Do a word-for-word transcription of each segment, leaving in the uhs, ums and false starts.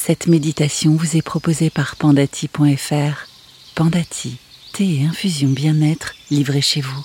Cette méditation vous est proposée par Pandati point F R. Pandati, thé et infusion bien-être livrés chez vous.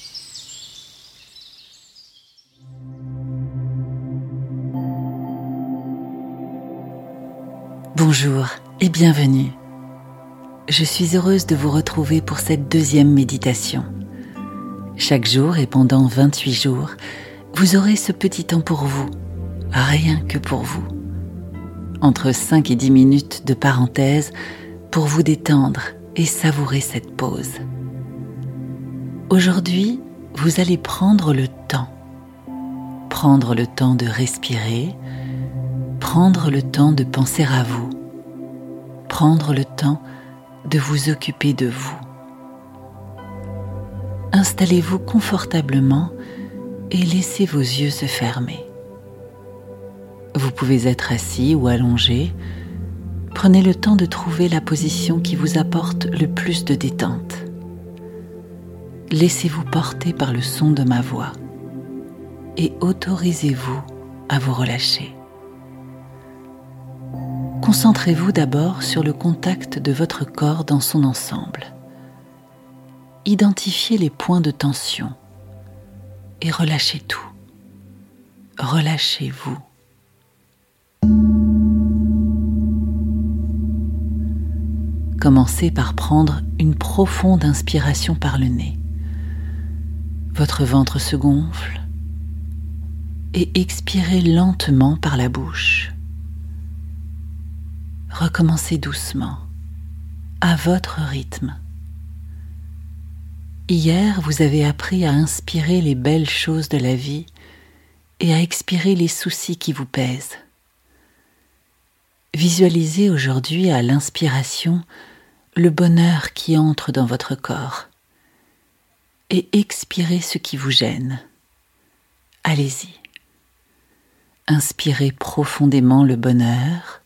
Bonjour et bienvenue. Je suis heureuse de vous retrouver pour cette deuxième méditation. Chaque jour et pendant vingt-huit jours, vous aurez ce petit temps pour vous, rien que pour vous. Entre cinq et dix minutes de parenthèse pour vous détendre et savourer cette pause. Aujourd'hui, vous allez prendre le temps. Prendre le temps de respirer, prendre le temps de penser à vous, prendre le temps de vous occuper de vous. Installez-vous confortablement et laissez vos yeux se fermer. Vous pouvez être assis ou allongé. Prenez le temps de trouver la position qui vous apporte le plus de détente. Laissez-vous porter par le son de ma voix et autorisez-vous à vous relâcher. Concentrez-vous d'abord sur le contact de votre corps dans son ensemble. Identifiez les points de tension et relâchez tout. Relâchez-vous. Commencez par prendre une profonde inspiration par le nez. Votre ventre se gonfle et expirez lentement par la bouche. Recommencez doucement, à votre rythme. Hier, vous avez appris à inspirer les belles choses de la vie et à expirer les soucis qui vous pèsent. Visualisez aujourd'hui à l'inspiration le bonheur qui entre dans votre corps et expirez ce qui vous gêne. Allez-y. Inspirez profondément le bonheur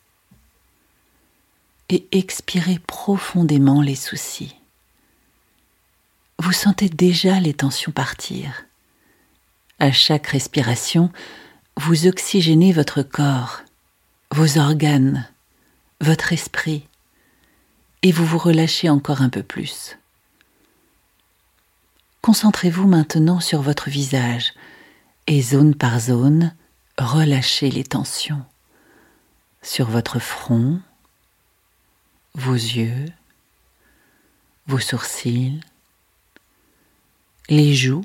et expirez profondément les soucis. Vous sentez déjà les tensions partir. À chaque respiration, vous oxygénez votre corps, vos organes, votre esprit, et vous vous relâchez encore un peu plus. Concentrez-vous maintenant sur votre visage et zone par zone, relâchez les tensions sur votre front, vos yeux, vos sourcils, les joues,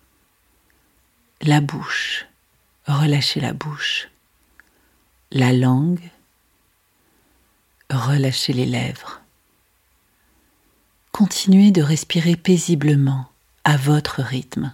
la bouche, relâchez la bouche, la langue, relâchez les lèvres. Continuez de respirer paisiblement à votre rythme.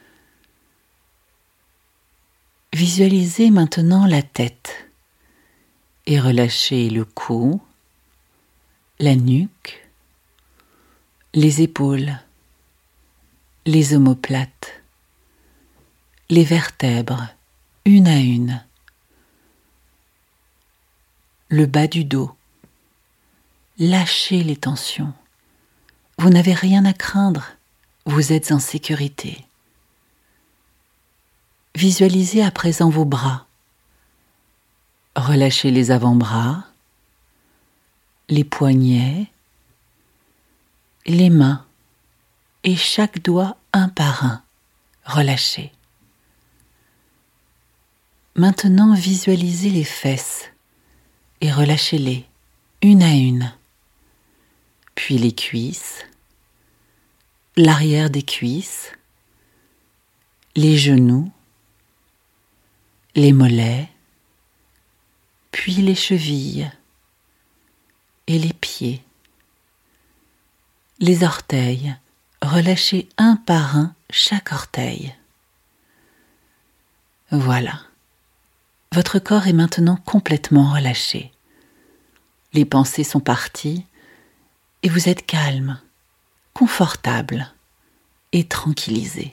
Visualisez maintenant la tête et relâchez le cou, la nuque, les épaules, les omoplates, les vertèbres, une à une, le bas du dos. Lâchez les tensions. Vous n'avez rien à craindre, vous êtes en sécurité. Visualisez à présent vos bras. Relâchez les avant-bras, les poignets, les mains et chaque doigt un par un. Relâchez. Maintenant, visualisez les fesses et relâchez-les une à une. Puis les cuisses, l'arrière des cuisses, les genoux, les mollets, puis les chevilles et les pieds, les orteils. Relâchez un par un chaque orteil. Voilà. Votre corps est maintenant complètement relâché. Les pensées sont parties et vous êtes calme, confortable et tranquillisé.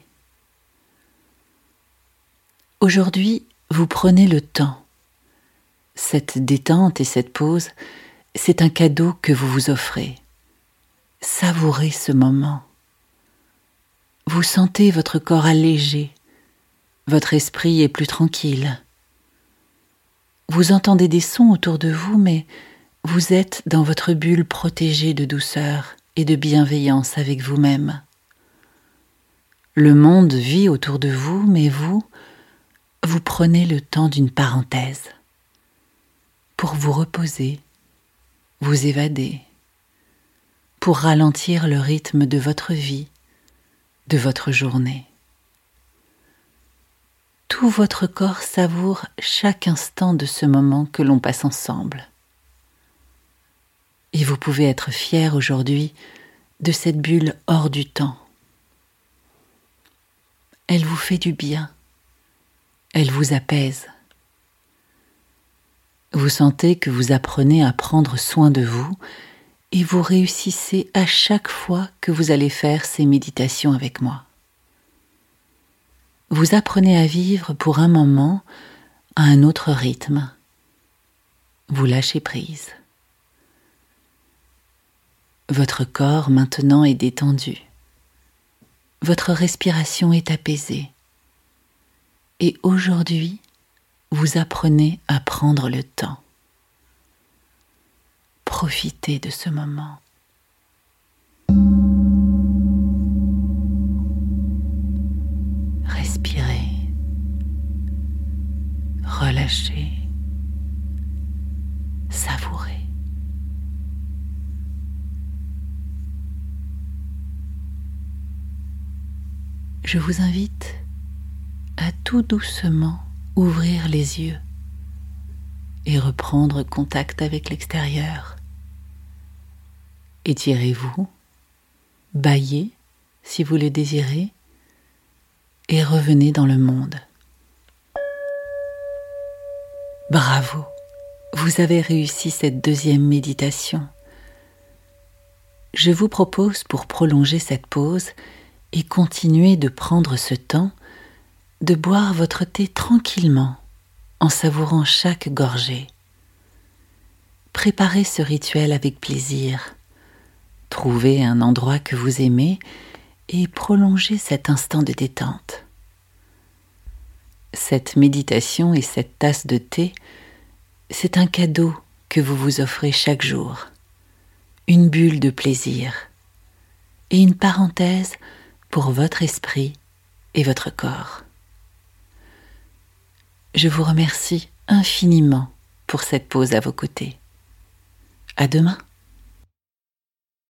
Aujourd'hui, vous prenez le temps. Cette détente et cette pause, c'est un cadeau que vous vous offrez. Savourez ce moment. Vous sentez votre corps allégé, votre esprit est plus tranquille. Vous entendez des sons autour de vous, mais vous êtes dans votre bulle protégée de douceur et de bienveillance avec vous-même. Le monde vit autour de vous, mais vous, vous prenez le temps d'une parenthèse pour vous reposer, vous évader, pour ralentir le rythme de votre vie, de votre journée. Tout votre corps savoure chaque instant de ce moment que l'on passe ensemble. Et vous pouvez être fier aujourd'hui de cette bulle hors du temps. Elle vous fait du bien, elle vous apaise. Vous sentez que vous apprenez à prendre soin de vous et vous réussissez à chaque fois que vous allez faire ces méditations avec moi. Vous apprenez à vivre pour un moment à un autre rythme. Vous lâchez prise. Votre corps maintenant est détendu. Votre respiration est apaisée. Et aujourd'hui, vous apprenez à prendre le temps. Profitez de ce moment. Respirez. Relâchez. Savourez. Je vous invite à tout doucement ouvrir les yeux et reprendre contact avec l'extérieur. Étirez-vous, bâillez si vous le désirez et revenez dans le monde. Bravo, vous avez réussi cette deuxième méditation. Je vous propose pour prolonger cette pause et continuer de prendre ce temps, de boire votre thé tranquillement, en savourant chaque gorgée. Préparez ce rituel avec plaisir. Trouvez un endroit que vous aimez et prolongez cet instant de détente. Cette méditation et cette tasse de thé, c'est un cadeau que vous vous offrez chaque jour. Une bulle de plaisir et une parenthèse pour votre esprit et votre corps. Je vous remercie infiniment pour cette pause à vos côtés. À demain.